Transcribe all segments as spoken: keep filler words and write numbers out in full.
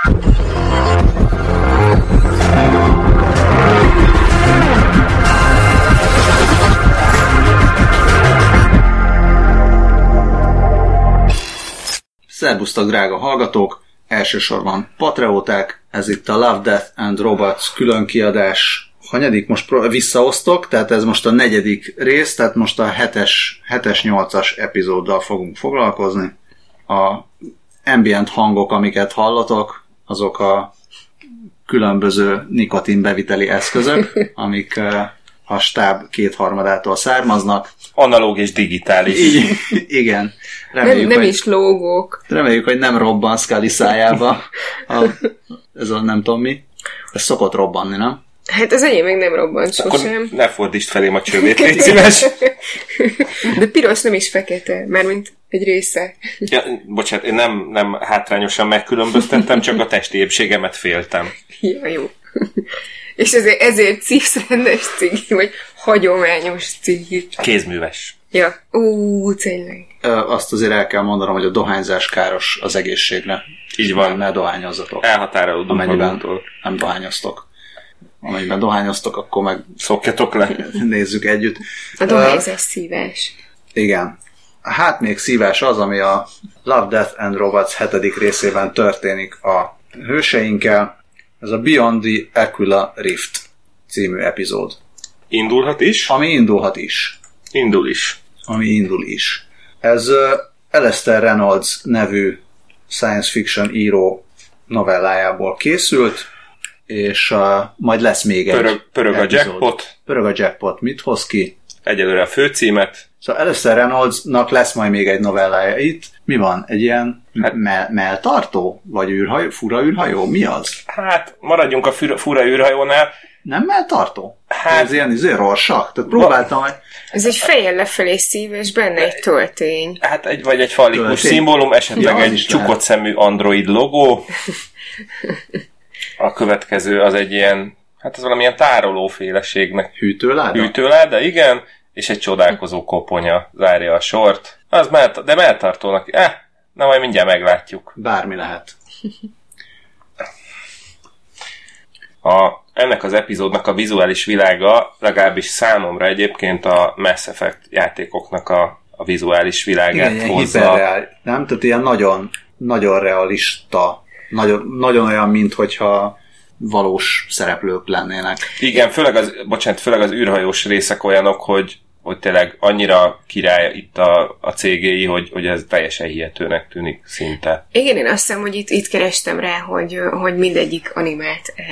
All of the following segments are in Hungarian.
Szerbusztok, drága hallgatók! Elsősorban patrióták, ez itt a Love, Death and Robots különkiadás. Hanyadik? Most pro- visszaosztok, tehát ez most a negyedik rész, tehát most a hetes, hetes nyolcas epizóddal fogunk foglalkozni. A ambient hangok, amiket hallatok, azok a különböző nikotinbeviteli eszközök, amik a stáb kétharmadától származnak. Analóg és digitális. I- igen. Reméljük, nem nem hogy, is lógók. Reméljük, hogy nem robban Scully szájába. A, ez a nem tudom mi. Ez szokott robbanni, nem? Hát az enyém még nem robbant sosem. Akkor ne fordítsd felém a csövét, légy szíves. De piros nem is fekete, mármint egy része. Ja, bocsánat, én nem, nem hátrányosan megkülönböztettem, csak a testi épségemet féltem. Ja, jó. És ezért, ezért szívsz rendes cigi, vagy hagyományos cigi. Kézműves. Ja, ú, tényleg. Azt azért el kell mondanom, hogy a dohányzás káros az egészségre. Így van. Ne dohányozzatok. Elhatárolódunk amennyiben nem dohányoztok. Amennyiben dohányoztok, akkor meg szokjatok le. Nézzük együtt. A dohányzás uh, szívás. Igen. Hát még szívás az, ami a Love, Death and Robots hetedik részében történik a hőseinkkel. Ez a Beyond the Aquila Rift című epizód. Indulhat is? Ami indulhat is. Indul is. Ami indul is. Ez uh, Alastair Reynolds nevű science fiction író novellájából készült, és uh, majd lesz még egy Pörög, pörög a jackpot. Pörög a jackpot. Mit hoz ki? Egyelőre a főcímet. Szóval Alastair Reynoldsnak lesz majd még egy novellája itt. Mi van? Egy ilyen hát, me- melltartó? Vagy űrhajó? Fura űrhajó? Mi az? Hát, maradjunk a fura, fura űrhajónál. Nem melltartó? Hát, ez ilyen izé rorsak? Tehát próbáltam, hogy... Ez egy fejjel lefelé szív, és benne egy töltény. Hát, egy, vagy egy fallikus töltény. Szimbólum, esetleg ja, egy csukott szemű Android logó. A következő az egy ilyen, hát ez valamilyen tárolóféleségnek. Hűtőláda? Hűtőláda, igen, és egy csodálkozó koponya zárja a sort. Az mell- de melltartónak, eh, na majd mindjárt meglátjuk. Bármi lehet. A, ennek az epizódnak a vizuális világa, legalábbis számomra egyébként a Mass Effect játékoknak a, a vizuális világát igen, hozza. Hiperreál, nem? Tehát ilyen nagyon, nagyon realista, nagyon, nagyon olyan, mint hogyha valós szereplők lennének. Igen, főleg az, bocsánat, főleg az űrhajós részek olyanok, hogy, hogy tényleg annyira király itt a, a cé gé í, hogy, hogy ez teljesen hihetőnek tűnik szinte. Igen, én azt hiszem, hogy itt, itt kerestem rá, hogy, hogy mindegyik animált-e.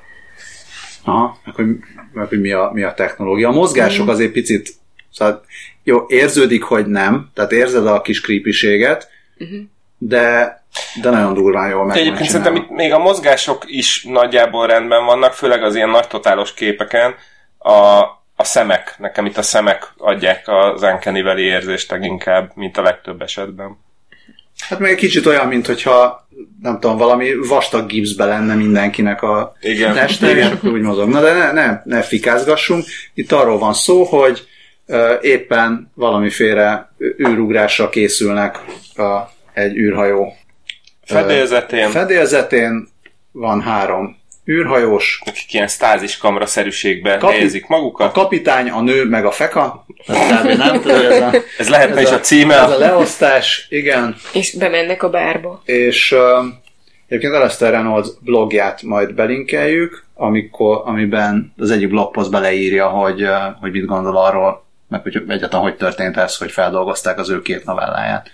Aha, akkor, akkor mi, a, mi a technológia. A mozgások mm. azért picit, szóval jó, érződik, hogy nem, tehát érzed a kis creepységet, mm-hmm. de, de nagyon durván jól meg. Egyébként szerintem itt még a mozgások is nagyjából rendben vannak, főleg az ilyen nagy totálos képeken. A, a szemek, nekem itt a szemek adják az Uncanny Valley érzést leginkább, mint a legtöbb esetben. Hát még egy kicsit olyan, mint hogyha nem tudom, valami vastag gipszbe lenne mindenkinek a igen. teste, és akkor úgy mozog. Na de ne, ne, ne fikázgassunk. Itt arról van szó, hogy uh, éppen valamiféle űrugrásra készülnek a, egy űrhajó fedélzetén. Uh, fedélzetén van három űrhajós. Akik ilyen stáziskamra-szerűségben Kapi- helyezik magukat. A kapitány, a nő, meg a feka. Ez, nem, ez, a, ez lehetne ez is a, a címe. Ez a leosztás, igen. És bemennek a bárba. És uh, egyébként Alastair Reynolds blogját majd belinkeljük, amikor, amiben az egyik blogpost beleírja, hogy, uh, hogy mit gondol arról, meg hogy egyáltalán hogy történt ez, hogy feldolgozták az ő két novelláját.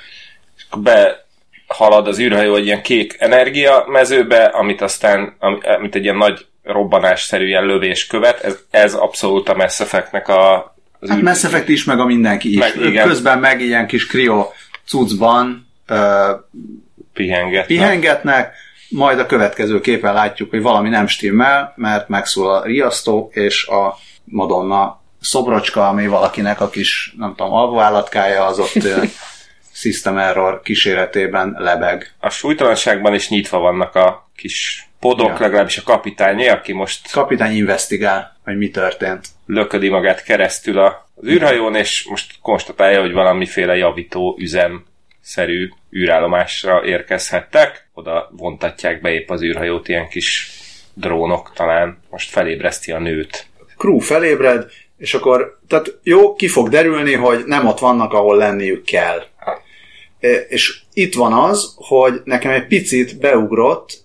Be halad az űrhajó egy ilyen kék energia mezőbe, amit aztán, amit egy ilyen nagy robbanásszerű ilyen lövés követ. Ez, ez abszolút a Mass Effectnek a... Az hát űr... Mass Effect is, meg a mindenki is. Meg, közben meg ilyen kis krió cuccban uh, pihengetnek. pihengetnek, majd a következő képen látjuk, hogy valami nem stimmel, mert megszól a riasztó, és a Madonna szobrocska, ami valakinek a kis, nem tudom, alvóállatkája, az ott System Error kíséretében lebeg. A súlytalanságban is nyitva vannak a kis podok, ja. Legalábbis a kapitányé, aki most... Kapitány investigál, hogy mi történt. Löködi magát keresztül az űrhajón, és most konstatálja, hogy valamiféle javító üzemszerű űrállomásra érkezhettek. oda vontatják be épp az űrhajót, ilyen kis drónok talán. Most felébreszti a nőt. Crew felébred, és akkor, tehát jó, ki fog derülni, hogy nem ott vannak, ahol lenniük kell. És itt van az, hogy nekem egy picit beugrott,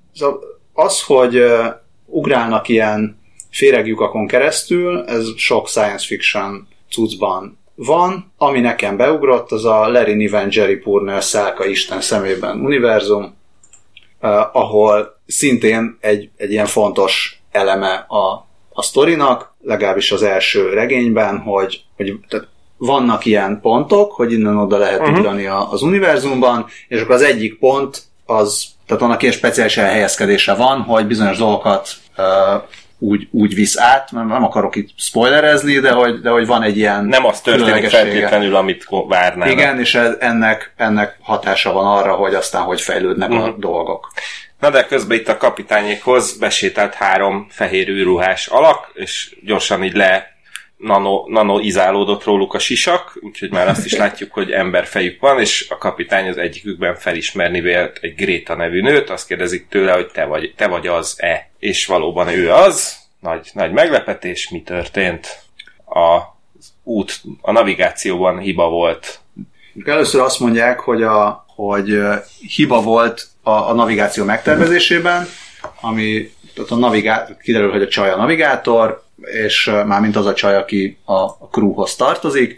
az, hogy ugrálnak ilyen féreglyukakon keresztül, ez sok science fiction cuccban van. Ami nekem beugrott, az a Larry Niven Jerry Pournelle Szálka Isten szemében univerzum, eh, ahol szintén egy, egy ilyen fontos eleme a, a sztorinak, legalábbis az első regényben, hogy, hogy tehát vannak ilyen pontok, hogy innen-oda lehet uh-huh. ugrani a, az univerzumban, és akkor az egyik pont, az, tehát annak ilyen speciális elhelyezkedése van, hogy bizonyos dolgokat uh, úgy, úgy visz át, mert nem akarok itt spoilerezni, de hogy, de hogy van egy ilyen nem az történik feltétlenül, amit várnál. Igen, és ennek, ennek hatása van arra, hogy aztán hogy fejlődnek uh-huh. a dolgok. Na de közben itt a kapitányékhoz besétált három fehér űrruhás alak, és gyorsan így le nano, nanoizálódott róluk a sisak, úgyhogy már azt is látjuk, hogy emberfejük van, és a kapitány az egyikükben felismerni vélt egy Gréta nevű nőt, azt kérdezik tőle, hogy te vagy, te vagy az-e. És valóban ő az. Nagy, nagy meglepetés, mi történt? A út, a navigációban hiba volt. Először azt mondják, hogy, a, hogy hiba volt a, a navigáció megtervezésében, ami tehát a navigá- kiderül, hogy a csaj a navigátor, és mármint az a csaj, aki a, a crewhoz tartozik,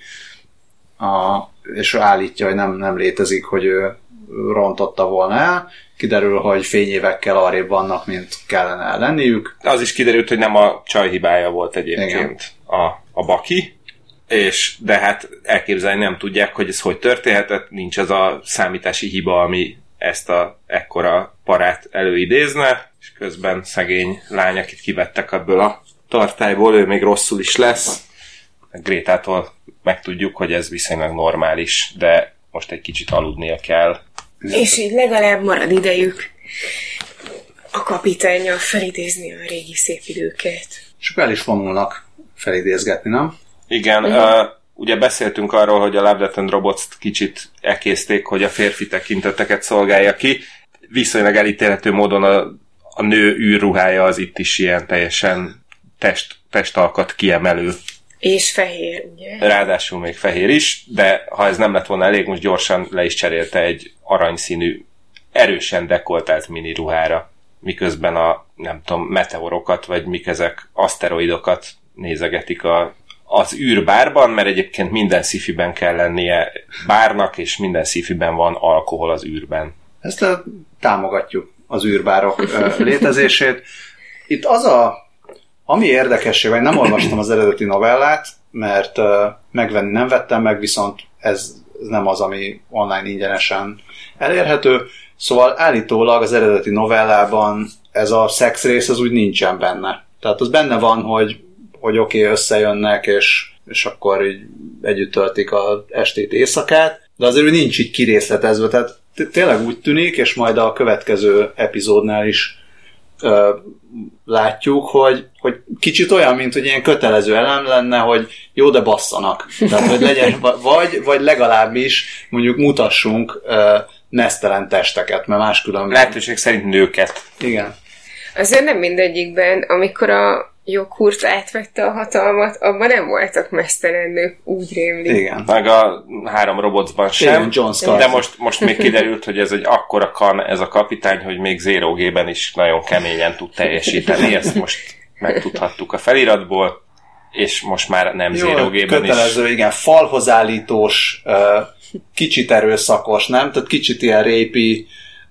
a, és állítja, hogy nem, nem létezik, hogy ő rontotta volna el. Kiderül, hogy fényévekkel arrébb vannak, mint kellene lenniük. Az is kiderült, hogy nem a csaj hibája volt egyébként a, a baki, és de hát elképzelni nem tudják, hogy ez hogy történhetett, nincs ez a számítási hiba, ami ezt a ekkora parát előidézne, és közben szegény lány, akit kivettek ebből a tartályból, ő még rosszul is lesz. Grétától megtudjuk, hogy ez viszonylag normális, de most egy kicsit aludnia kell. És így legalább marad idejük a kapitánnyal felidézni a régi szép időket. És el is vonulnak felidézgetni, nem? Igen, uh-huh. uh, ugye beszéltünk arról, hogy a Love, Death and Robots-t kicsit elkészték, hogy a férfi tekinteteket szolgálja ki. Viszonylag elítélhető módon a, a nő űrruhája az itt is ilyen teljesen test, testalkat kiemelő. És fehér, ugye? Ráadásul még fehér is, de ha ez nem lett volna elég, most gyorsan le is cserélte egy aranyszínű, erősen dekoltált mini ruhára, miközben a, nem tudom, meteorokat, vagy mik ezek, aszteroidokat nézegetik a, az űrbárban, mert egyébként minden sci-fiben kell lennie bárnak, és minden sci-fiben van alkohol az űrben. Ezt a, támogatjuk az űrbárok létezését. Itt az a ami érdekesség, vagy nem olvastam az eredeti novellát, mert uh, megvenni nem vettem meg, viszont ez, ez nem az, ami online ingyenesen elérhető. Szóval állítólag az eredeti novellában ez a szex rész az úgy nincsen benne. Tehát az benne van, hogy, hogy oké, okay, összejönnek, és, és akkor így együtt töltik az estét, éjszakát, de azért úgy nincs így kirészletezve. Tehát tényleg úgy tűnik, és majd a következő epizódnál is uh, látjuk, hogy, hogy kicsit olyan, mint hogy ilyen kötelező elem lenne, hogy jó, de basszanak. Tehát, hogy legyen, vagy, vagy legalábbis mondjuk mutassunk uh, nesztelen testeket, mert máskülönben... Lehetőség szerint nőket. Igen. Azért nem mindegyikben, amikor a Joghurt átvette a hatalmat, abban nem voltak mesztelen nők, úgy rémlik. Igen. Meg a három robotban sem, Igen, de most, most még kiderült, hogy ez egy akkora kan, ez a kapitány, hogy még Zero G-ben is nagyon keményen tud teljesíteni, ezt most megtudhattuk a feliratból, és most már nem Jó, Zero G-ben is. Kötelező, igen, falhoz állítós, kicsit erőszakos, nem? Tehát kicsit ilyen répi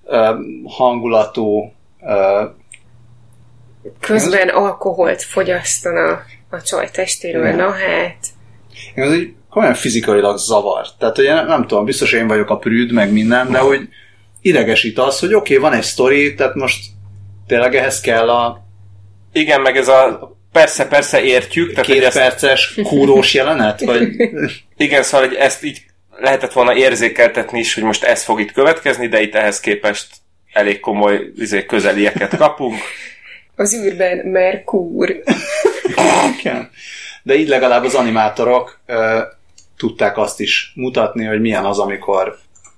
hangulatú. Közben alkoholt fogyasztana a csaj testéről, igen. Na hát. Ez egy olyan fizikailag zavar. Tehát, hogy nem, nem tudom, biztos én vagyok a prűd, meg minden, de hogy idegesít az, hogy oké, okay, van egy sztori, tehát most tényleg ehhez kell a... Igen, meg ez a persze, persze értjük. Tehát, két ezt... perces kúrós jelenet? Vagy... Igen, szóval, hogy ezt így lehetett volna érzékeltetni is, hogy most ez fog itt következni, de itt ehhez képest elég komoly izé, közelieket kapunk. Az űrben Merkur. Igen. De így legalább az animátorok uh, tudták azt is mutatni, hogy milyen az, amikor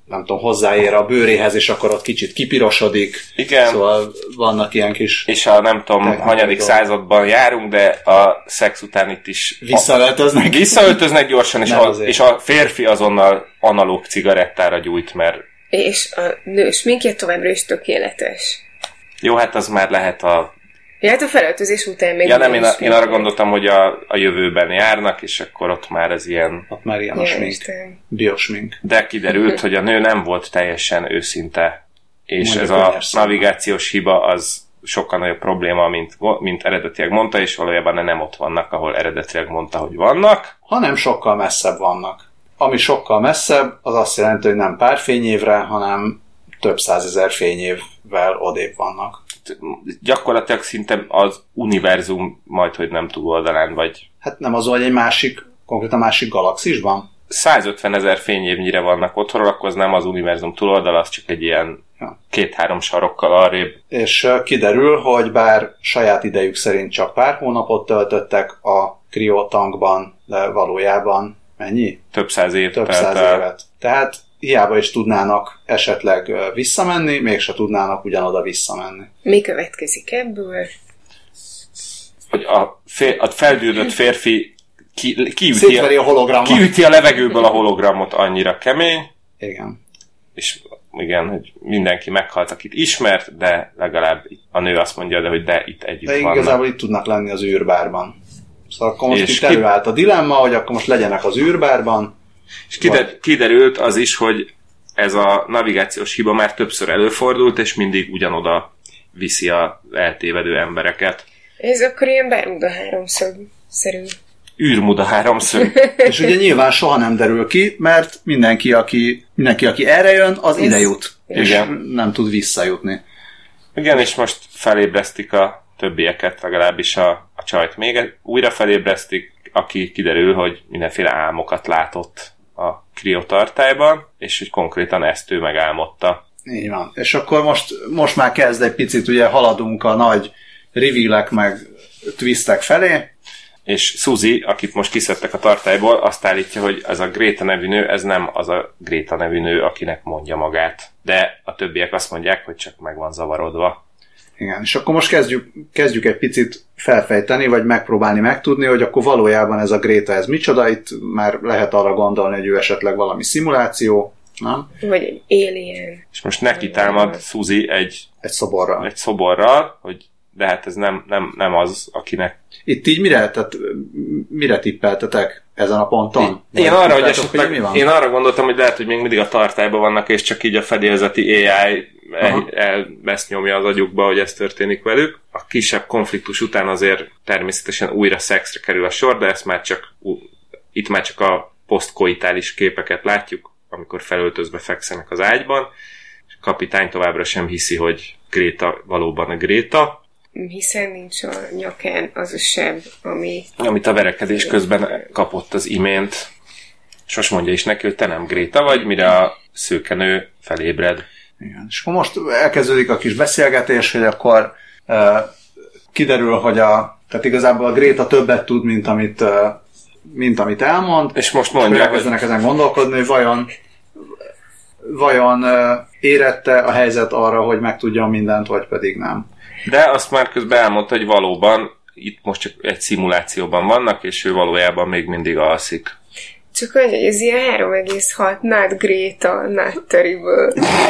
nem tudom, hozzáér a bőréhez, és akkor ott kicsit kipirosodik. Igen. Szóval vannak ilyen kis... És a nem tudom, hanyadik században járunk, de a szex után itt is... Visszaöltöznek. Visszaöltöznek gyorsan, és a, és a férfi azonnal analóg cigarettára gyújt, mert... És a nő sminkje továbbra is tökéletes. Jó, hát az már lehet a... Ja, hát a felöltözés után még... Ja, nem, én, a, én arra gondoltam, hogy a, a jövőben járnak, és akkor ott már ez ilyen... Ott már ilyen a smink. Biosmink. De kiderült, hogy a nő nem volt teljesen őszinte, és mondjuk ez a navigációs hiba az sokkal nagyobb probléma, mint, mint eredetileg mondta, és valójában nem ott vannak, ahol eredetileg mondta, hogy vannak. Hanem sokkal messzebb vannak. Ami sokkal messzebb, az azt jelenti, hogy nem pár fényévre, hanem több százezer fényévvel odébb vannak. Gyakorlatilag szinte az univerzum majd, hogy nem túloldalán vagy. Hát nem az, hogy egy másik, konkrétan másik galaxisban? százötven ezer fényévnyire vannak otthonról, akkor az nem az univerzum túloldal, az csak egy ilyen ja. két-három sarokkal arrébb. És uh, kiderül, hogy bár saját idejük szerint csak pár hónapot töltöttek a kriotankban, de valójában mennyi? Több száz év. Több száz évet. Tehát hiába is tudnának esetleg visszamenni, mégse tudnának ugyanoda visszamenni. Mi következik ebből? Hogy a, fér, a feldűrött férfi ki, kiüti, szétveri a hologramot. Kiüti a levegőből a hologramot, annyira kemény. Igen. És igen, hogy mindenki meghalt, akit ismert, de legalább a nő azt mondja, de hogy de itt együtt de vannak. Igazából itt tudnak lenni az űrbárban. Szóval akkor most és itt előállt a dilemma, hogy akkor most legyenek az űrbárban. És kider- kiderült az is, hogy ez a navigációs hiba már többször előfordult, és mindig ugyanoda viszi az eltévedő embereket. Ez akkor ilyen Bermuda háromszög-szerű. űrmuda háromszög. És ugye nyilván soha nem derül ki, mert mindenki, aki, mindenki, aki erre jön, az ide jut. És igen. Nem tud visszajutni. Igen, és most felébresztik a többieket, legalábbis a, a csajt még újra felébresztik, aki kiderül, hogy mindenféle álmokat látott a kriotartályban, és hogy konkrétan ezt ő megálmodta. Így van. És akkor most, most már kezd egy picit, ugye haladunk a nagy reveal-ek meg twistek felé. És Suzy, akit most kiszedtek a tartályból, azt állítja, hogy ez a Greta nevű nő, ez nem az a Greta nevű nő, akinek mondja magát. De a többiek azt mondják, hogy csak meg van zavarodva. Igen, és akkor most kezdjük, kezdjük egy picit felfejteni, vagy megpróbálni megtudni, hogy akkor valójában ez a Greta, ez micsoda, itt már lehet arra gondolni, hogy ő esetleg valami szimuláció, nem? Vagy egy alien. És most neki támad Suzy egy, egy szoborral. Egy szoborral, hogy de hát ez nem, nem, nem az, akinek... Itt így mire, tehát mire tippeltetek ezen a ponton? Én, én, arra, hogy esetleg, én arra gondoltam, hogy lehet, hogy még mindig a tartályban vannak, és csak így a fedélzeti á i el, el, ezt nyomja az agyukba, hogy ez történik velük. A kisebb konfliktus után azért természetesen újra szexre kerül a sor, de ezt már csak, itt már csak a posztkoitális képeket látjuk, amikor felöltözve fekszenek az ágyban, és a kapitány továbbra sem hiszi, hogy Greta valóban a Greta, hiszen nincs a nyakán az a seb, ami... Amit a verekedés közben kapott az imént. És most mondja is neki, hogy te nem Greta vagy, mire a szőkenő felébred. Igen. És akkor most elkezdődik a kis beszélgetés, hogy akkor uh, kiderül, hogy a, tehát igazából a Greta többet tud, mint amit, uh, mint amit elmond. És most mondja, és elkezdenek hogy... ezen gondolkodni, hogy vajon, vajon uh, érette a helyzet arra, hogy megtudjon mindent, vagy pedig nem. De azt már közben elmondta, hogy valóban itt most csak egy szimulációban vannak, és ő valójában még mindig alszik. Csak olyan, hogy ez ilyen három egész hat, not Greta, not terrible.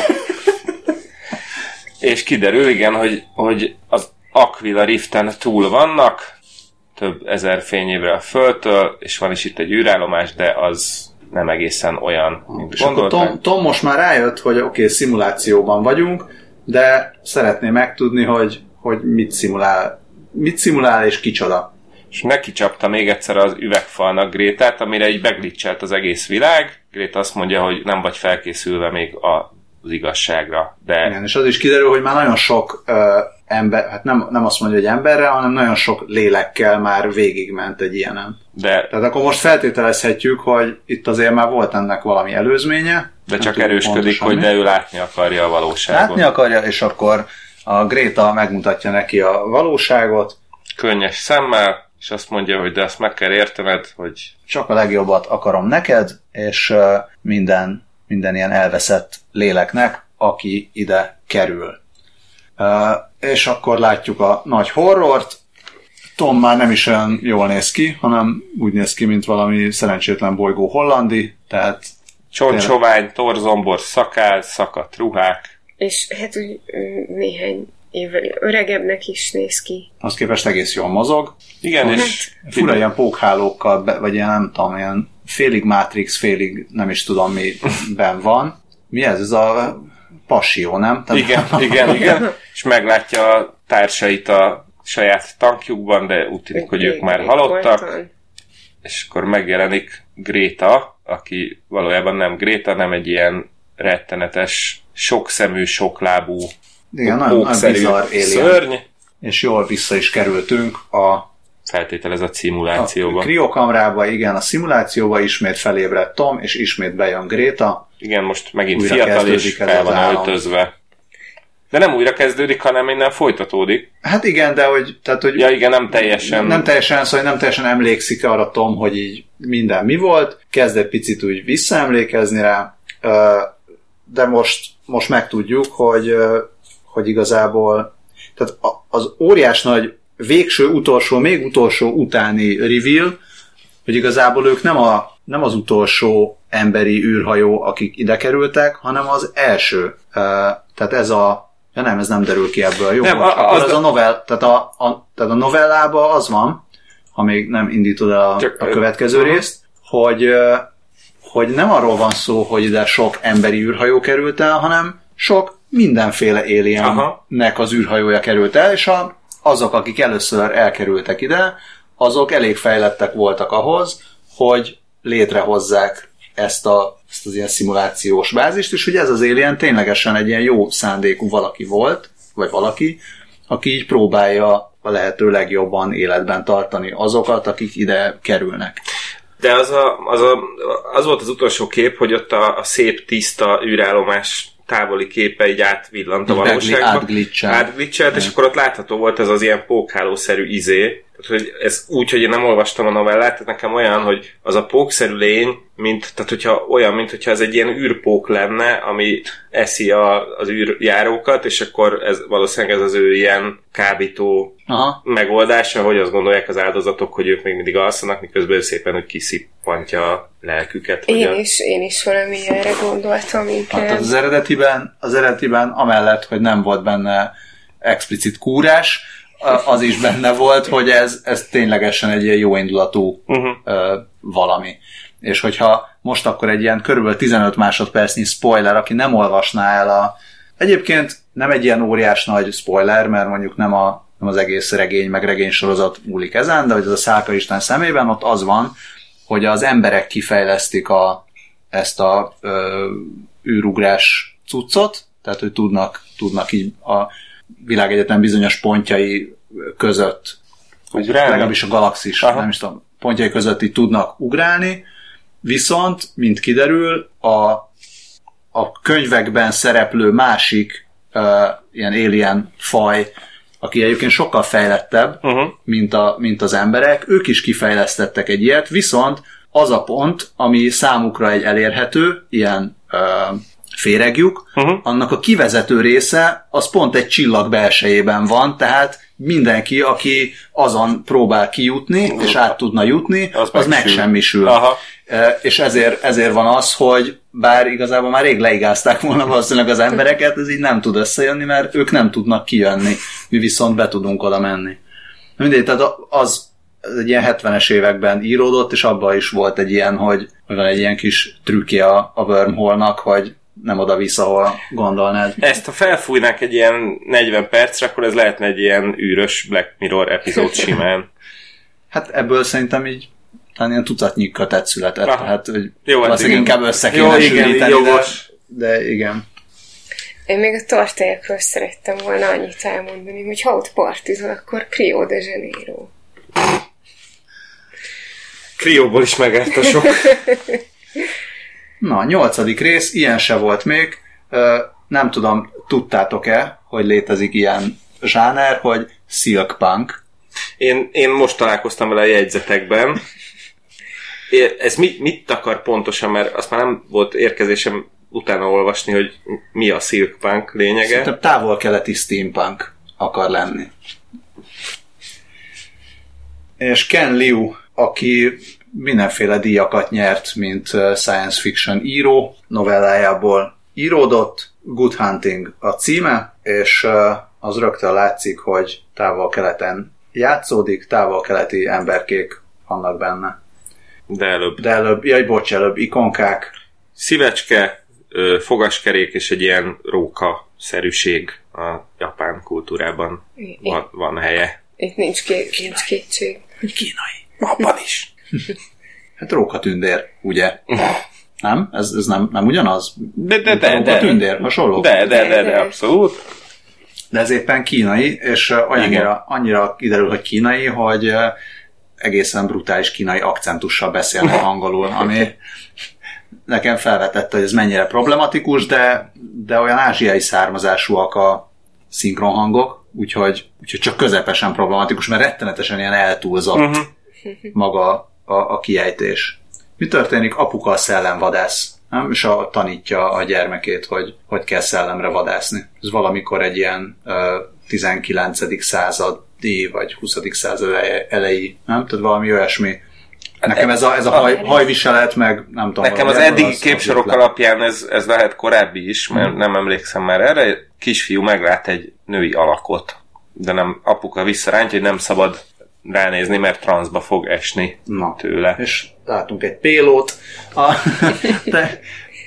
És kiderül, igen, hogy, hogy az Aquila Riften túl vannak, több ezer fényévre a Földtől, és van is itt egy űrállomás, de az nem egészen olyan, mint és gondolták. Akkor Tom, Tom most már rájött, hogy oké, okay, szimulációban vagyunk, de szeretné megtudni, hogy, hogy mit szimulál, mit szimulál és kicsoda. És neki csapta még egyszer az üvegfalnak Grétát, amire így beglitchelt az egész világ. Gréta azt mondja, hogy nem vagy felkészülve még az igazságra. De... Igen, és az is kiderül, hogy már nagyon sok ö, ember, hát nem, nem azt mondja, hogy emberre, hanem nagyon sok lélekkel már végigment egy ilyenen. De... Tehát akkor most feltételezhetjük, hogy itt azért már volt ennek valami előzménye. De csak erősködik, hogy de ő látni akarja a valóságot. Látni akarja, és akkor a Greta megmutatja neki a valóságot. Könnyes szemmel, és azt mondja, hogy de azt meg kell értened, hogy... Csak a legjobbat akarom neked, és uh, minden minden ilyen elveszett léleknek, aki ide kerül. Uh, és akkor látjuk a nagy horrort. Tom már nem is olyan jól néz ki, hanem úgy néz ki, mint valami szerencsétlen bolygó hollandi, tehát csontsovány, torzombor, szakál, szakadt ruhák. És hát úgy néhány évvel öregebbnek is néz ki. Az képest egész jól mozog. Igen, hát, és fura ilyen pókhálókkal, vagy ilyen nem tudom, ilyen félig Matrix, félig nem is tudom miben van. Mi ez? Ez a passió, nem? Tehát igen, igen, igen. És meglátja a társait a saját tankjukban, de úgy tűnik, hogy ők már halottak. És akkor megjelenik Greta, aki valójában nem Greta, nem egy ilyen rettenetes, sokszemű, soklábú, igen, nagyon bizarr szörny. És jól vissza is kerültünk a feltételezett szimulációba. A kriokamrába, igen, a szimulációba ismét felébredt Tom, és ismét bejön Greta. Igen, most megint újra fiatal és fel van öltözve. De nem újra kezdődik, hanem innen folytatódik. Hát igen, de hogy... Tehát, hogy ja igen, nem teljesen... Nem teljesen, szóval nem teljesen emlékszik arra Tom, hogy így minden mi volt. Kezd egy picit úgy visszaemlékezni rá, de most, most megtudjuk, hogy, hogy igazából tehát az óriás nagy végső, utolsó, még utolsó utáni reveal, hogy igazából ők nem, a, nem az utolsó emberi űrhajó, akik ide kerültek, hanem az első. Tehát ez a ja nem, ez nem derül ki ebből. Jó, nem, a, az, az a novell, tehát a, a, tehát a novellában az van, ha még nem indítod el a, a következő uh-huh. részt, hogy, hogy nem arról van szó, hogy ide sok emberi űrhajó került el, hanem sok mindenféle aliennek az űrhajója került el, és a, azok, akik először elkerültek ide, azok elég fejlettek voltak ahhoz, hogy létrehozzák ezt, a, ezt az ilyen szimulációs bázist, és hogy ez az alien ténylegesen egy ilyen jó szándékú valaki volt, vagy valaki, aki így próbálja a lehető legjobban életben tartani azokat, akik ide kerülnek. De az, a, az, a, az volt az utolsó kép, hogy ott a, a szép, tiszta űrállomás távoli képe így átvillant a valóságba. Átglitchelt, és akkor ott látható volt ez az ilyen pókhálószerű izé. Tehát, hogy ez úgy, hogy én nem olvastam a novellát, tehát nekem olyan, hogy az a pókszerű lény, mint, tehát hogyha olyan, mint hogyha ez egy ilyen űrpók lenne, ami eszi a, az űrjárókat, és akkor ez valószínűleg ez az ő ilyen kábító aha. megoldása, hogy azt gondolják az áldozatok, hogy ők még mindig alszanak, miközben szépen úgy kiszippantja a lelküket. Én a... is, én is valami ilyenre gondoltam inkább. Hát az eredetiben, az eredetiben amellett, hogy nem volt benne explicit kúrás, az is benne volt, hogy ez, ez ténylegesen egy ilyen jóindulatú uh-huh. uh, valami. És hogyha most akkor egy ilyen körülbelül tizenöt másodpercnyi spoiler, aki nem olvasná el a... Egyébként nem egy ilyen óriás nagy spoiler, mert mondjuk nem, a, nem az egész regény, meg regénysorozat múlik ezen, de hogy az a Szálka Isten szemében ott az van, hogy az emberek kifejlesztik a, ezt a ö, űrugrás cuccot, tehát hogy tudnak, tudnak így a világegyetem bizonyos pontjai között, vagy legalábbis a galaxis, aha. nem is tudom, pontjai között így tudnak ugrálni, viszont, mint kiderül, a, a könyvekben szereplő másik uh, ilyen alien faj, aki egyébként sokkal fejlettebb, uh-huh. mint, a, mint az emberek, ők is kifejlesztettek egy ilyet, viszont az a pont, ami számukra egy elérhető, ilyen uh, féregjuk, uh-huh. annak a kivezető része az pont egy csillag belsejében van, tehát mindenki, aki azon próbál kijutni, uh-huh. és át tudna jutni, az, az megsemmisül. Aha. E, és ezért, ezért van az, hogy bár igazából már rég leigázták volna valószínűleg az embereket, ez így nem tud összejönni, mert ők nem tudnak kijönni. Mi viszont be tudunk oda menni. Mindegy, tehát az egy ilyen hetvenes években íródott, és abban is volt egy ilyen, hogy van egy ilyen kis trükkje a, a wormhole-nak, hogy nem oda-vissza, ahol gondolnád. Ezt, ha felfújnák egy ilyen negyven percre, akkor ez lehetne egy ilyen űrös Black Mirror epizód simán. Hát ebből szerintem így talán ilyen tucatnyi kötet született. Aha. Tehát, hogy jó, valószínűleg inkább össze kéne sűríteni, de, de igen. Én még a tartályokról szerettem volna annyit elmondani, hogy ha ott partizol, akkor Rio de Janeiro. Krióból is megállt a sok. Na, a nyolcadik rész, ilyen se volt még. Nem tudom, tudtátok-e, hogy létezik ilyen zsáner, hogy silk punk? Én, én most találkoztam vele a jegyzetekben. Ez mit, mit akar pontosan, mert azt már nem volt érkezésem utána olvasni, hogy mi a silkpunk lényege. Szerintem távol-keleti steampunk akar lenni. És Ken Liu, aki mindenféle díjakat nyert, mint science fiction író, novellájából íródott, Good Hunting a címe, és az rögtön látszik, hogy távol-keleten játszódik, távol-keleti emberkék vannak benne. De előbb. De előbb, jaj, bocs, előbb ikonkák. Szívecske, fogaskerék és egy ilyen róka-szerűség a japán kultúrában van, van helye. Itt nincs, ké- nincs kétség. Kínai. Abban is. Hát rókatündér, ugye? Nem? Ez, ez nem, nem ugyanaz? De, de, de, de. Rókatündér, hasonló? De, de, de, de, abszolút. De ez éppen kínai, és olyannyira, annyira kiderül, hogy kínai, hogy egészen brutális kínai akcentussal beszélnek angolul, ami nekem felvetette, hogy ez mennyire problematikus, de, de olyan ázsiai származásúak a szinkronhangok, úgyhogy, úgyhogy csak közepesen problematikus, mert rettenetesen ilyen eltúlzott uh-huh. maga a, a kiejtés. Mi történik? Apuka a szellemvadász, nem? És a, tanítja a gyermekét, hogy hogy kell szellemre vadászni. Ez valamikor egy ilyen uh, tizenkilencedik századi vagy huszadik század elejé, nem? Tehát valami olyasmi. Nekem ez a, ez a haj, hajviselet, meg nem tudom. Nekem az eddigi képsorok alapján ez, ez lehet korábbi is, mert hmm. nem emlékszem már erre. Kisfiú meglát egy női alakot, de nem apuka visszarántja, hogy nem szabad ránézni, mert transzba fog esni Na, tőle. És látunk egy pélót. A, de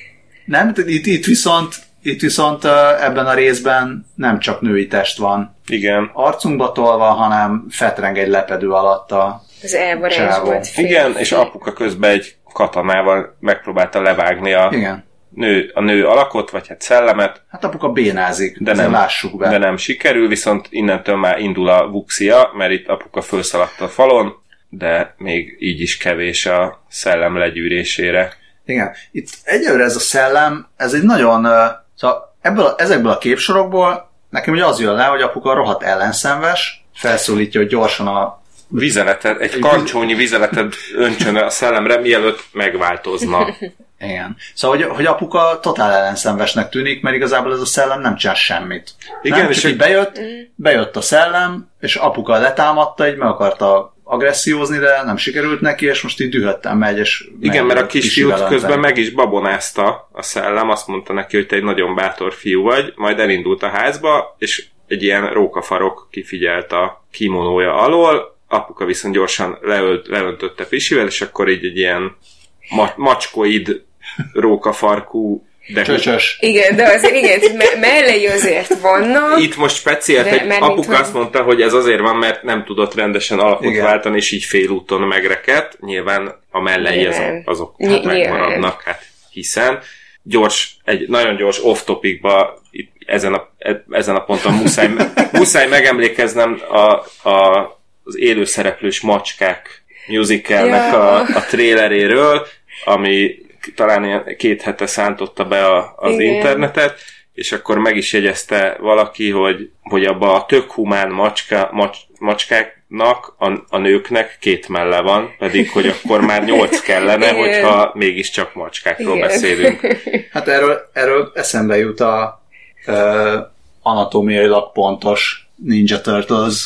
nem, itt, itt, viszont, itt viszont ebben a részben nem csak női test van. Igen. Arcunkba tolva, hanem fetreng egy lepedő alatt a az elvarázsolt fél. Igen, és apuka közben egy katonával megpróbálta levágni a Igen. nő, a nő alakot, vagy hát szellemet. Hát apuka bénázik, de nem, lássuk be. De nem sikerül, viszont innentől már indul a vuxia, mert itt apuka felszaladt a falon, de még így is kevés a szellem legyűrésére. Igen. Itt egyelőre ez a szellem, ez egy nagyon... Szóval ebből a, ezekből a képsorokból nekem ugye az jön le, hogy apuka rohadt ellenszenves, felszólítja, hogy gyorsan a vizeletet, egy kancsónyi vizeletet öntsön a szellemre, mielőtt megváltozna. Igen. Szóval, hogy, hogy apuka totál ellenszenvesnek tűnik, mert igazából ez a szellem nem csinál semmit. Igen, nem, és így bejött, bejött a szellem, és apuka letámadta, így meg akarta agressziózni, de nem sikerült neki, és most így dühötten megy, és igen, mert a kisfiút közben meg is babonázta a szellem, azt mondta neki, hogy te egy nagyon bátor fiú vagy, majd elindult a házba, és egy ilyen rókafarok kifigyelt a kimonója alól, apuka viszont gyorsan leölt, leöntötte Fisivel, és akkor így egy ilyen ma- macskoid rókafarkú de csöcsös. Igen, de azért igen, me- mellei azért vannak. Itt most speciált, hogy apuka azt mondta, hogy ez azért van, mert nem tudott rendesen alakot igen. váltani, és így félúton megrekedt. Nyilván a mellei azok, azok hát megmaradnak, hát hiszen gyors, egy nagyon gyors off-topicba itt ezen a, ezen a ponton muszáj, muszáj megemlékeznem a, a, az élőszereplős macskák musicalnek ja. a, a traileréről, ami talán ilyen két hete szántotta be a, az igen. internetet, és akkor meg is jegyezte valaki, hogy, hogy abba a tök humán macska, mac, macskáknak, a, a nőknek két melle van, pedig hogy akkor már nyolc kellene, igen. hogyha mégiscsak macskákról igen. beszélünk. Hát erről, erről eszembe jut a uh, anatómiailag pontos Ninja Turtles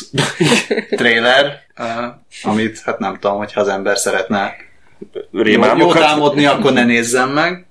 trailer, uh, amit hát nem tudom, hogyha az ember szeretne jó támadni, akkor ne nézzem meg.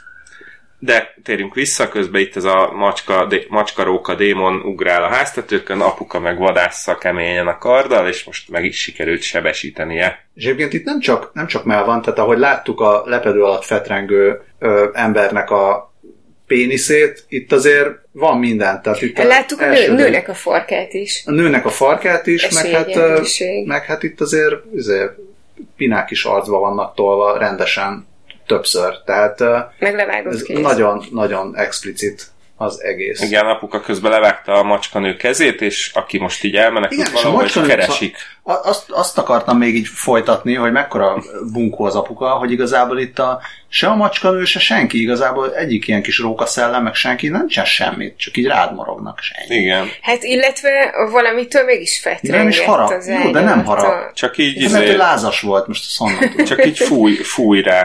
De térjünk vissza, közben itt ez a macska, dé, macskaróka démon ugrál a háztetőkön, apuka meg vadásza keményen a karddal, és most meg is sikerült sebesítenie. És egyébként itt nem csak, nem csak mell van, tehát ahogy láttuk a lepedő alatt fetrengő ö, embernek a péniszét, itt azért van minden. Tehát itt láttuk a nő, nőnek a farkát is. A nőnek a farkát is, meg hát, meg hát itt azért, azért pinák is arcba vannak tolva rendesen többször. Tehát ez nagyon, nagyon explicit az egész. Igen, apuka közben levágta a macskanő kezét, és aki most így elmenekült valahol, és keresik. Azt, azt akartam még így folytatni, hogy mekkora bunkó az apuka, hogy igazából itt a, se a macskanő, se senki, igazából egyik ilyen kis rókaszellem, meg senki nem csinál semmit, csak így rád morognak senki. Igen. Hát illetve valamitől mégis fetrengett nem is harap. Jó, de nem harap. Csak így izé... Lehet, hogy lázas volt most a szonnat. Csak így fúj, fúj rá.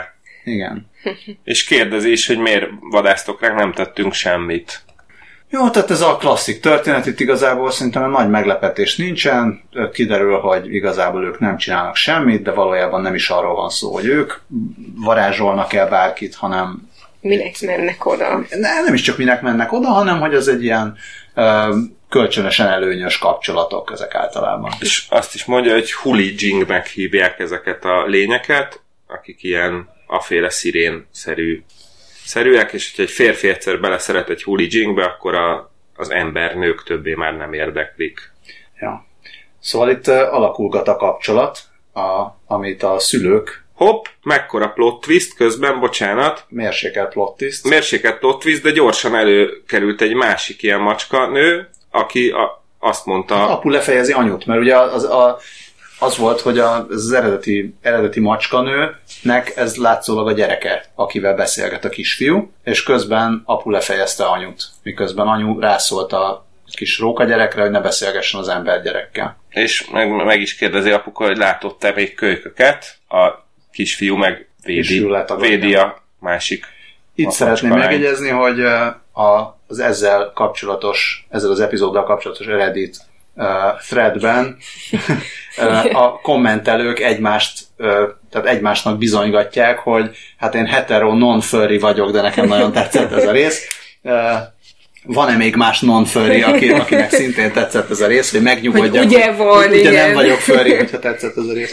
Igen. És kérdezi is, hogy miért vadásztok ránk, nem tettünk semmit. Jó, tehát ez a klasszik történet, itt igazából szerintem egy nagy meglepetés nincsen, kiderül, hogy igazából ők nem csinálnak semmit, de valójában nem is arról van szó, hogy ők varázsolnak el bárkit, hanem... Minek mennek oda? Ne, nem is csak minek mennek oda, hanem hogy ez egy ilyen ö, kölcsönösen előnyös kapcsolatok ezek általában. És azt is mondja, hogy Huli Jingnek hívják ezeket a lényeket, akik ilyen aféle szirén-szerű szerűek, és hogyha egy férfi egyszer beleszeret egy Huli Jingbe, akkor a, az ember nők többé már nem érdeklik. Ja. Szóval itt uh, alakulgat a kapcsolat, a, amit a szülők... Hopp, mekkora plot twist közben, bocsánat. Mérsékelt plot twist. Mérsékelt plot twist, de gyorsan előkerült egy másik ilyen macska nő, aki a, azt mondta... Az apu lefejezi anyut, mert ugye az, a, az volt, hogy az, az eredeti, eredeti macskanőnek ez látszólag a gyereke, akivel beszélget a kisfiú, és közben apu lefejezte anyut, miközben anyu rászólt a kis róka gyerekre, hogy ne beszélgessen az ember gyerekkel. És meg, meg is kérdezi apuka, hogy látott-e még kölyköket, a kisfiú meg védi, védi a másik. Itt szeretném megjegyezni, hogy a, az ezzel kapcsolatos, ezzel az epizóddal kapcsolatos Reddit uh, threadben uh, a kommentelők egymást, uh, tehát egymásnak bizonygatják, hogy hát én hetero non-furry vagyok, de nekem nagyon tetszett ez a rész. Uh, van-e még más non-furry, aki, akinek szintén tetszett ez a rész, hogy megnyugodjak, hogy ugye van, hogy ugye nem vagyok furry, hogyha tetszett ez a rész.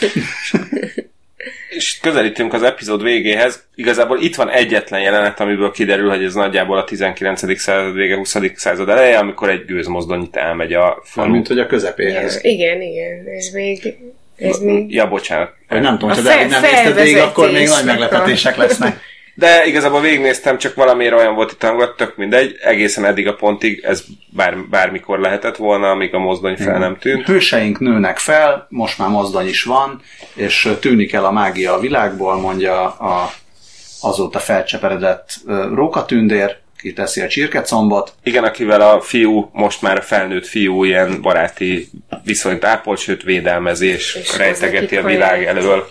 És közelítünk az epizód végéhez. Igazából itt van egyetlen jelenet, amiből kiderül, hogy ez nagyjából a tizenkilencedik század vége, huszadik század eleje, amikor egy gőzmozdony itt elmegy a falu. Mint hogy a közepéhez. Ja, igen, igen. Ez még... Ez még... Ja, bocsánat. Hogy nem tudom, hogy fel, nem nézted végig, akkor még nagy meglepetések lesznek. De igazából végignéztem, csak valamiért olyan volt itt hangot, tök mindegy, egészen eddig a pontig ez bár, bármikor lehetett volna, amíg a mozdony fel nem tűnt. Hőseink nőnek fel, most már mozdony is van, és tűnik el a mágia a világból, mondja a azóta felcseperedett rókatündér, ki teszi a csirkecombot. Igen, akivel a fiú, most már a felnőtt fiú ilyen baráti viszonyt ápol, sőt védelmezés és rejtegeti a világ elől.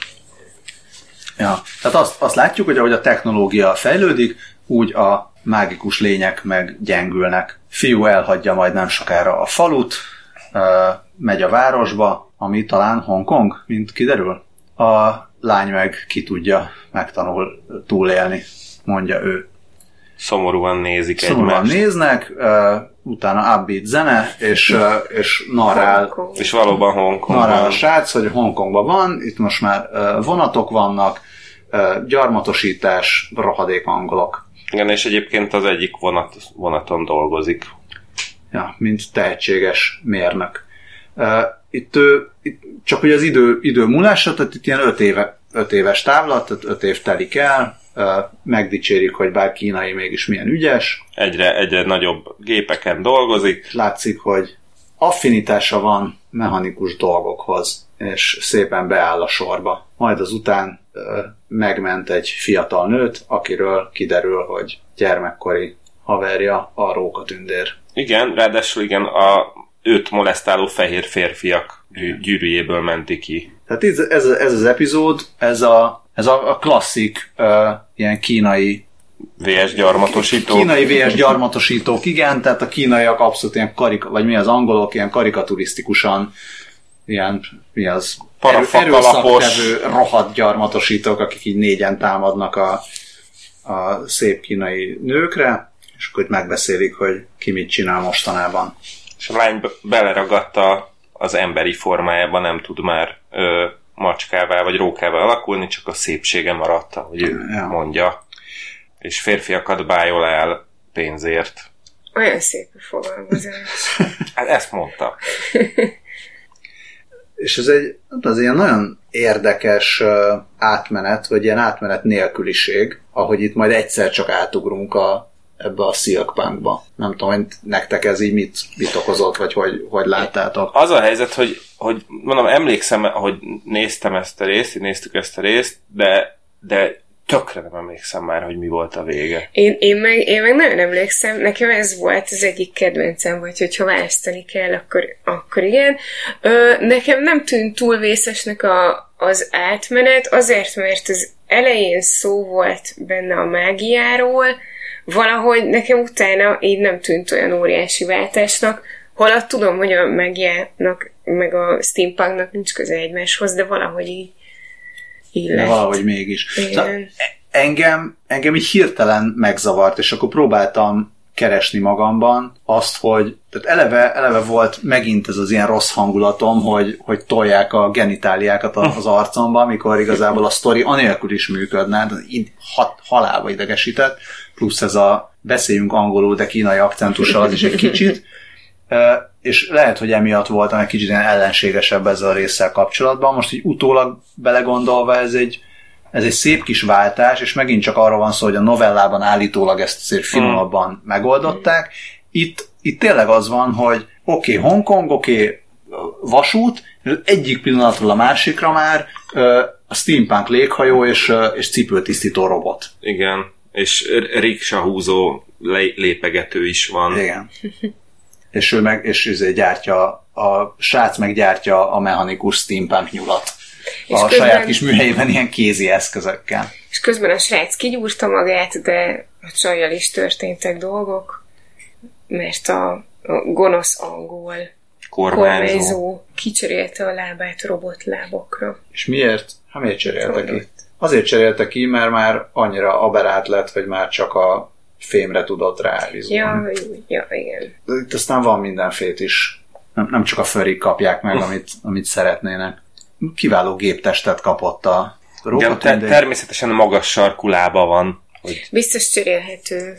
Ja, tehát azt, azt látjuk, hogy ahogy a technológia fejlődik, úgy a mágikus lények meg gyengülnek. Fiú elhagyja majd nem sokára a falut, megy a városba, ami talán Hongkong, mint kiderül. A lány meg ki tudja, megtanul túlélni, mondja ő. Szomorúan nézik Szomorúan egymást. néznek, utána upbeat zene, és, és narrál. Hongkong. És valóban Hongkongban. Narrál a srác, hogy Hongkongban van, itt most már vonatok vannak, gyarmatosítás, rohadék angolok. Igen, és egyébként az egyik vonat, vonaton dolgozik. Ja, mint tehetséges mérnök. Itt, itt csak hogy az idő, idő múlása, tehát itt ilyen öt, éve, öt éves távlat, tehát öt év telik el, megdicsérik, hogy bár kínai mégis milyen ügyes. Egyre, egyre nagyobb gépeken dolgozik. Látszik, hogy affinitása van mechanikus dolgokhoz, és szépen beáll a sorba. Majd azután ö, megment egy fiatal nőt, akiről kiderül, hogy gyermekkori haverja a rókatündér. Igen, ráadásul igen, a őt molesztáló fehér férfiak gyűrűjéből menti ki. Tehát ez, ez, ez az epizód, ez a, ez a, a klasszik ö, ilyen kínai vé es gyarmatosítók. Kínai vé es gyarmatosítók, igen, tehát a kínaiak abszolút ilyen karik, vagy mi az angolok, ilyen karikaturisztikusan ilyen, mi az erőszaktevő rohadt gyarmatosítók, akik így négyen támadnak a, a szép kínai nőkre, és akkor megbeszélik, hogy ki mit csinál mostanában. És a lány beleragadta az emberi formájába, nem tud már ö, macskává vagy rókává alakulni, csak a szépsége maradt, ahogy ő ja. mondja. És férfiakat bájol el pénzért. Olyan szép a fogalmazás. Hát ezt mondta. És ez egy az ilyen nagyon érdekes uh, átmenet, vagy ilyen átmenet nélküliség, ahogy itt majd egyszer csak átugrunk a, ebbe a Silkpunkba. Nem tudom, hogy nektek ez így mit, mit okozott, vagy hogy, hogy láttátok. Az a helyzet, hogy, hogy mondom, emlékszem, hogy néztem ezt a részt, néztük ezt a részt, de, de tökre nem emlékszem már, hogy mi volt a vége. Én, én, meg, én meg nagyon emlékszem, nekem ez volt az egyik kedvencem, vagy hogyha választani kell, akkor, akkor igen. Ö, nekem nem tűnt túl vészesnek a, az átmenet, azért, mert az elején szó volt benne a mágiáról, valahogy nekem utána így nem tűnt olyan óriási váltásnak, holott tudom, hogy a mágiának meg a steampunknak nincs köze egymáshoz, de valahogy így, így de lett. valahogy mégis. Engem, engem így hirtelen megzavart, és akkor próbáltam keresni magamban azt, hogy tehát eleve, eleve volt megint ez az ilyen rossz hangulatom, hogy, hogy tolják a genitáliákat az arcomba, amikor igazából a sztori anélkül is működne, így hat, halálba idegesített, plusz ez a beszéljünk angolul, de kínai akcentussal az is egy kicsit, és lehet, hogy emiatt voltam egy kicsit ilyen ellenségesebb ezzel a résszel kapcsolatban. Most így utólag belegondolva ez egy Ez egy szép kis váltás, és megint csak arról van szó, hogy a novellában állítólag ezt azért finomabban mm. megoldották. Itt, itt tényleg az van, hogy oké, okay, Hongkong, oké, okay, vasút, és egyik pillanatról a másikra már a steampunk léghajó és, és cipőtisztító robot. Igen, és riksahúzó lépegető is van. Igen. És ő meg, és ő gyártja, a srác meggyártja a mechanikus steampunk nyulat. És a közben, saját kis műhelyében ilyen kézi eszközökkel. És közben a srác kigyúrta magát, de a csajjal is történtek dolgok, mert a, a gonosz angol kormányzó. kormányzó kicserélte a lábát robotlábokra. És miért? Hát miért cserélte ki? Azért cserélte ki, mert már annyira aberált lett, hogy már csak a fémre tudott ráállizolni. Ja, ja, igen. De itt aztán van mindenfét is. Nem, nem csak a förik kapják meg, amit, amit szeretnének. Kiváló géptestet kapott a robot. Igen, te- természetesen magas sarkú lába van. Hogy... Biztos cserélhető.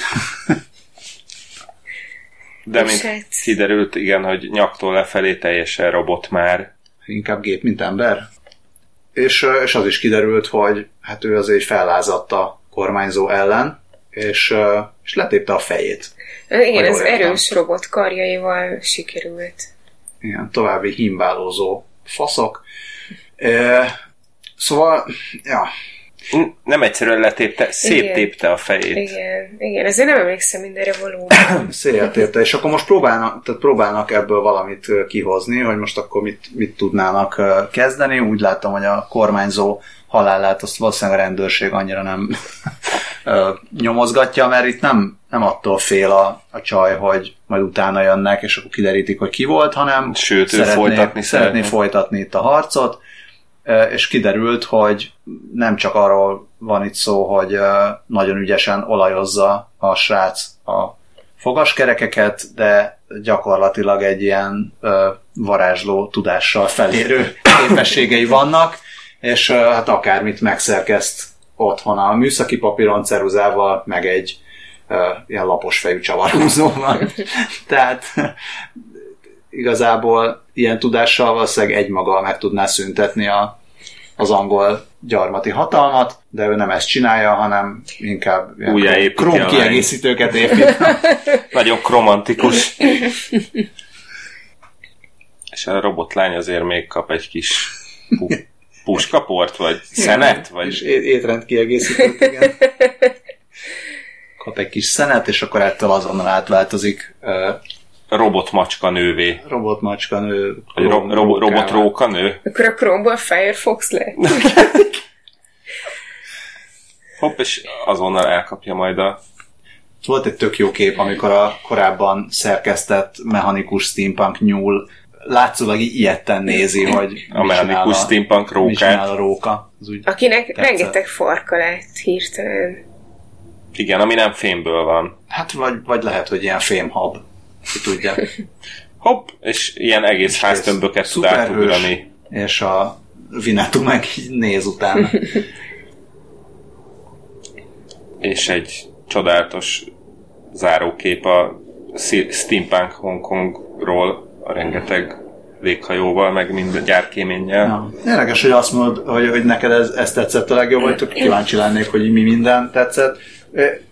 De mint hát... kiderült, igen, hogy nyaktól lefelé teljesen robot már. Inkább gép, mint ember. És, és az is kiderült, hogy hát ő azért fellázadt a kormányzó ellen, és, és letépte a fejét. Igen, ez erős robot karjaival sikerült. Igen, további himbálózó faszok. E, szóval, ja. Nem egyszerűen letépte, széttépte a fejét. Igen, igen, ezért nem emlékszem mindenre valóban. Széttépte, és akkor most próbálnak, tehát próbálnak ebből valamit kihozni, hogy most akkor mit, mit tudnának kezdeni. Úgy láttam, hogy a kormányzó halálát azt valószínűleg a rendőrség annyira nem nyomozgatja, mert itt nem, nem attól fél a, a csaj, hogy majd utána jönnek, és akkor kiderítik, hogy ki volt, hanem Sőt, szeretné, folytatni szeretné folytatni itt a harcot, és kiderült, hogy nem csak arról van itt szó, hogy nagyon ügyesen olajozza a srác a fogaskerekeket, de gyakorlatilag egy ilyen varázsló tudással felérő képességei vannak, és hát akármit megszerkeszt otthon a műszaki papíron, ceruzával, meg egy ilyen lapos fejű csavarhúzóval. Tehát igazából ilyen tudással valószínűleg egymaga meg tudná szüntetni a, az angol gyarmati hatalmat, de ő nem ezt csinálja, hanem inkább krom kiegészítőket épít. Nagyon kromantikus. És a robotlány azért még kap egy kis pu- puskaport, vagy szenet? Vagy... És étrend kiegészítőt, igen. Kap egy kis szenet, és akkor ettől azonnal átváltozik robotmacska nővé. Robotmacska nő. Vagy ro- ro- robotróka nő. Akkor a Chrome-ból Firefox lett. Hopp, és azonnal elkapja majd a... Volt egy tök jó kép, amikor a korábban szerkesztett mechanikus steampunk nyúl látszólag ilyetten nézi, hogy a mechanikus a, steampunk rókát. Mit csinál a róka. Akinek tetszett. Rengeteg farka lett hirtelen. Igen, ami nem fémből van. Hát vagy, vagy lehet, hogy ilyen fémhab. Ki tudja. Hopp, és ilyen egész és háztömböket tud átugrani. És a Vinetú meg néz utána. És egy csodálatos zárókép a steampunk Hongkongról, a rengeteg léghajóval, meg mind gyárkéménnyel. Ja. Érdekes, hogy azt mondod, hogy, hogy neked ez, ez tetszett a legjobb, vagy tök kíváncsi lennék, hogy mi minden tetszett.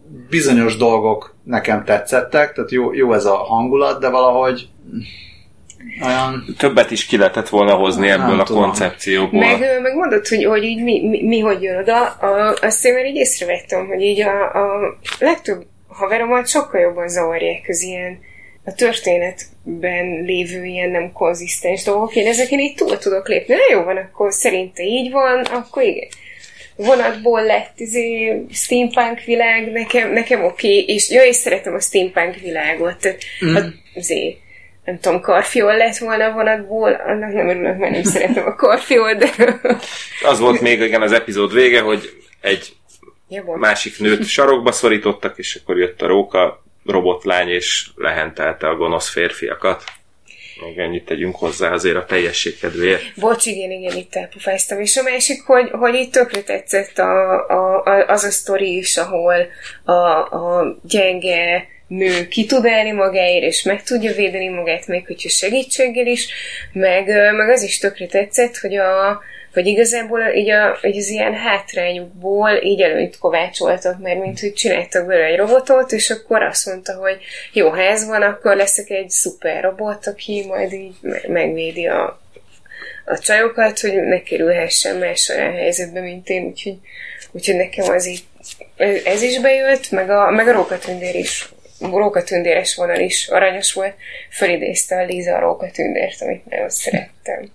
Bizonyos dolgok nekem tetszettek, tehát jó, jó ez a hangulat, de valahogy olyan... Többet is ki lehetett volna hozni ebből nem a tudom. koncepcióból. Meg, meg mondod, hogy, hogy így mi, mi, mi hogy jön oda, a, azt én már így észrevettem, hogy így a, a legtöbb haveromat sokkal jobban zavarják az ilyen a történetben lévő ilyen nem konzisztens dolgok. Én ezeken így túl tudok lépni. Na jó van, akkor szerinte így van, akkor igen. Vonatból lett izé, steampunk világ, nekem, nekem oké, okay. És ja, és szeretem a steampunk világot. Mm. A, azért, nem tudom, karfiol lett volna a vonatból, annak nem örülök, mert nem szeretem a karfiolt, de... Az volt még igen az epizód vége, hogy egy ja, másik nőt sarokba szorítottak, és akkor jött a róka robotlány, és lehentelte a gonosz férfiakat. Még ennyit tegyünk hozzá azért a teljesség kedvéért. Bocs, igen, igen, itt elpufáztam. És a másik, hogy, hogy itt tökre tetszett a, a, a, az a sztori is, ahol a, a gyenge nő ki tud állni magáért, és meg tudja védeni magát, még hogyha segítséggel is, meg, meg az is tökre tetszett, hogy a hogy igazából így, a, így az ilyen hátrányukból így előnyt kovácsoltak, mert mint hogy csináltak belőle egy robotot, és akkor azt mondta, hogy jó, ha ez van, akkor leszek egy szuper robot, aki majd így megvédi a, a csajokat, hogy ne kerülhessen más olyan helyzetbe, mint én, úgyhogy, úgyhogy nekem az így, ez is bejött, meg a, meg a rókatündér is, rókatündéres vonal is aranyos volt, felidézte a Liza a rókatündért, amit nagyon szerettem.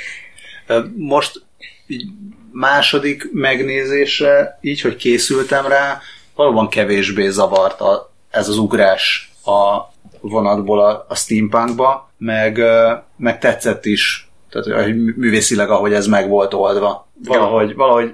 Most így második megnézésre, így, hogy készültem rá, valóban kevésbé zavart a, ez az ugrás a vonatból a, a steampunkba, meg, meg tetszett is, tehát hogy művészileg, ahogy ez meg volt oldva. Valahogy, valahogy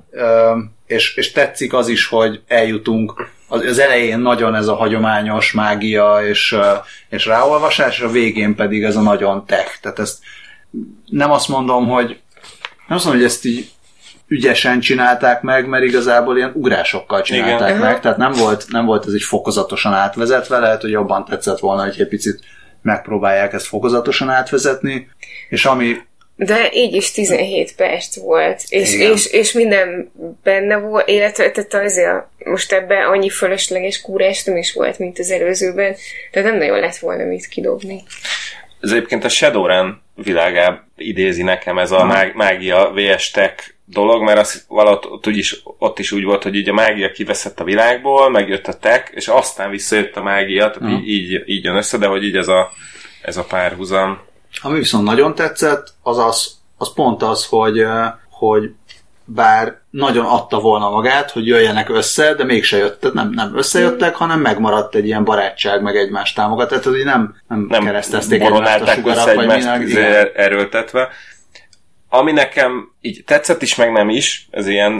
és, és tetszik az is, hogy eljutunk, az, az elején nagyon ez a hagyományos mágia és, és ráolvasás, és a végén pedig ez a nagyon tech. Tehát ezt nem azt mondom, hogy nem azt mondom, hogy ezt így ügyesen csinálták meg, mert igazából ilyen ugrásokkal csinálták igen. meg, tehát nem volt, nem volt ez így fokozatosan átvezetve, lehet, hogy jobban tetszett volna, hogy egy picit megpróbálják ezt fokozatosan átvezetni, és ami... De így is tizenhét perc volt, és, és, és minden benne volt, illetve tehát azért most ebben annyi fölösleges kúrás nem is volt, mint az előzőben, tehát nem nagyon lett volna mit kidobni. Ez egyébként a Shadowrun világában idézi nekem ez a mág- mágia vé es tech dolog, mert az valahogy ott, is, ott is úgy volt, hogy így a mágia kiveszett a világból, megjött a tech, és aztán visszajött a mágia, tehát uh-huh. így, így, így jön össze, de hogy így ez a, ez a párhuzam. Ami viszont nagyon tetszett, az, az, az pont az, hogy, hogy bár nagyon adta volna magát, hogy jöjjenek össze, de mégse jött, nem, nem összejöttek, hanem megmaradt egy ilyen barátság, meg egymás támogatás, tehát hogy nem, nem, nem keresztezték egymást a sugarak, vagy minek erőltetve. Ami nekem így tetszett is, meg nem is, ez ilyen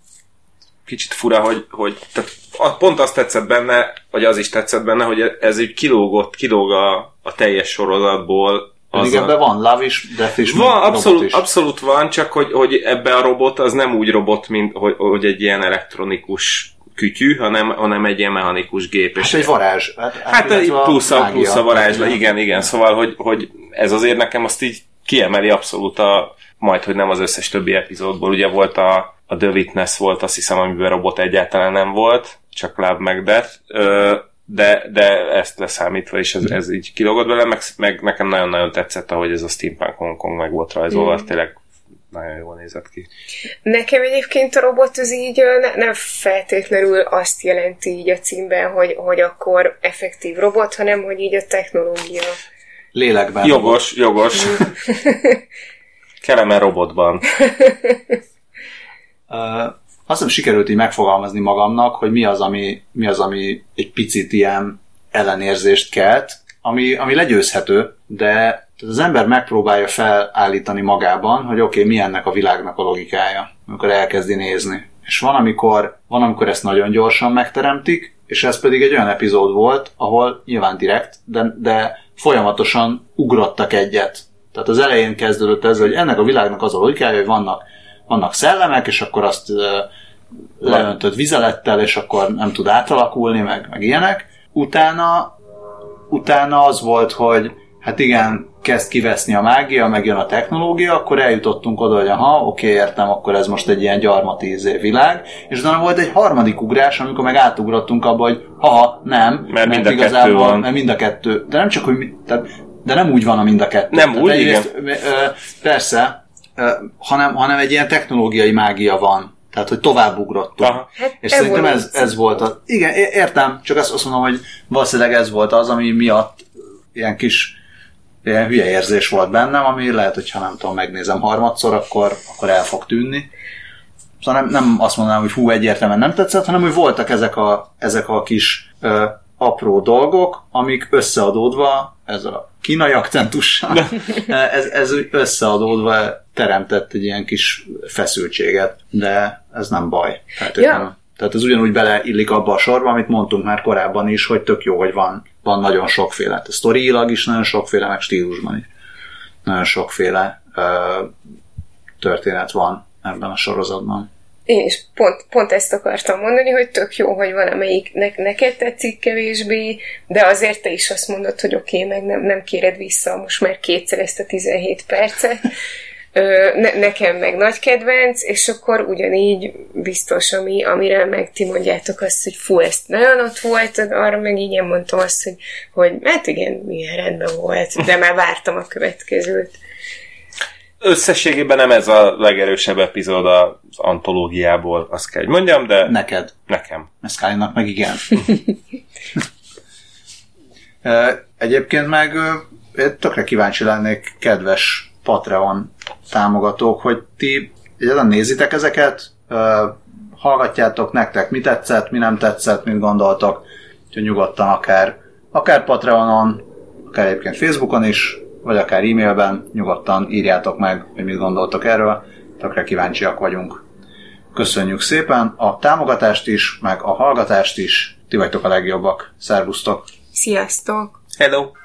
kicsit fura, hogy, hogy tehát pont azt tetszett benne, vagy az is tetszett benne, hogy ez így kilógott, kilóg a, a teljes sorozatból. Pedig ebben van love is, death is, van, abszolút, is. Abszolút van, csak hogy, hogy ebben a robot az nem úgy robot, mint hogy, hogy egy ilyen elektronikus kütyű, hanem, hanem egy ilyen mechanikus gép. Hát és egy varázs. Hát, hát egy plusz a, plusz a varázsla, igen, igen. Szóval, hogy, hogy ez azért nekem azt így kiemeli abszolút a, majd, hogy nem az összes többi epizódból. Ugye volt a, a The Witness volt, azt hiszem, amiben robot egyáltalán nem volt, csak Love meg Death. Ö, De, de ezt leszámítva is ez, ez így kilógott belőle, meg, meg nekem nagyon-nagyon tetszett, ahogy ez a Steampunk Hong Kong meg volt rajzolva, mm. tényleg nagyon jól nézett ki. Nekem egyébként a robot az így ne, nem feltétlenül azt jelenti így a címben, hogy, hogy akkor effektív robot, hanem hogy így a technológia. Lélekben. Jogos, jogos. Kelemen robotban. uh, Azt nem sikerült így megfogalmazni magamnak, hogy mi az, ami, mi az, ami egy picit ilyen ellenérzést kelt, ami, ami legyőzhető, de az ember megpróbálja felállítani magában, hogy oké, okay, mi ennek a világnak a logikája, amikor elkezdi nézni. És van amikor, van, amikor ezt nagyon gyorsan megteremtik, és ez pedig egy olyan epizód volt, ahol nyilván direkt, de, de folyamatosan ugrottak egyet. Tehát az elején kezdődött ez, hogy ennek a világnak az a logikája, hogy vannak, vannak szellemek, és akkor azt leöntött vizelettel, és akkor nem tud átalakulni, meg, meg ilyenek. Utána, utána az volt, hogy hát igen, kezd kiveszni a mágia, meg jön a technológia, akkor eljutottunk oda, hogy aha, oké, értem, akkor ez most egy ilyen gyarmatízé világ, és utána volt egy harmadik ugrás, amikor meg átugrottunk abba, hogy haha, nem, mert, mert mind a igazából, kettő van. Mert mind a kettő, de nem csak, hogy mi, tehát de nem úgy van a mind a kettő. Nem Tehát úgy, egyrészt, igen. Persze, hanem, hanem egy ilyen technológiai mágia van. Tehát, hogy tovább ugrottunk. Hát és szerintem ez, ez volt az. Igen, értem, csak azt, azt mondom, hogy valószínűleg ez volt az, ami miatt ilyen kis ilyen hülye érzés volt bennem, ami lehet, hogy ha nem tudom, megnézem harmadszor, akkor, akkor el fog tűnni. Szóval nem, nem azt mondanám, hogy hú, egyértelműen nem tetszett, hanem hogy voltak ezek a, ezek a kis ö, apró dolgok, amik összeadódva, ez a kínai akcentussal, ez, ez összeadódva teremtett egy ilyen kis feszültséget, de ez nem baj. Tehát, ja. tehát ez ugyanúgy beleillik abba a sorba, amit mondtunk már korábban is, hogy tök jó, hogy van, van nagyon sokféle. A sztoriilag is nagyon sokféle, meg stílusban is. Nagyon sokféle ö, történet van ebben a sorozatban. Én is pont, pont ezt akartam mondani, hogy tök jó, hogy valamelyik ne, neked tetszik kevésbé, de azért te is azt mondod, hogy oké, okay, meg nem, nem kéred vissza most már kétszer ezt a tizenhét percet. Ö, ne, nekem meg nagy kedvenc, és akkor ugyanígy biztos, ami, amire meg ti mondjátok azt, hogy fú, ezt nagyon ott volt, arra meg így én mondtam azt, hogy, hogy hát igen, milyen rendben volt, de már vártam a következőt. Összességében nem ez a legerősebb epizód az antológiából, azt kell, hogy mondjam, de... Neked. Nekem. Szkálinak meg igen. Egyébként meg tökre kíváncsi lennék, kedves Patreon támogatók, hogy ti egyáltalán nézitek ezeket, hallgatjátok, nektek mi tetszett, mi nem tetszett, mit gondoltok, úgyhogy nyugodtan akár, akár Patreonon, akár egyébként Facebookon is, vagy akár e-mailben nyugodtan írjátok meg, hogy mit gondoltok erről, tökre kíváncsiak vagyunk. Köszönjük szépen a támogatást is, meg a hallgatást is, ti vagytok a legjobbak. Szervusztok! Sziasztok! Hello!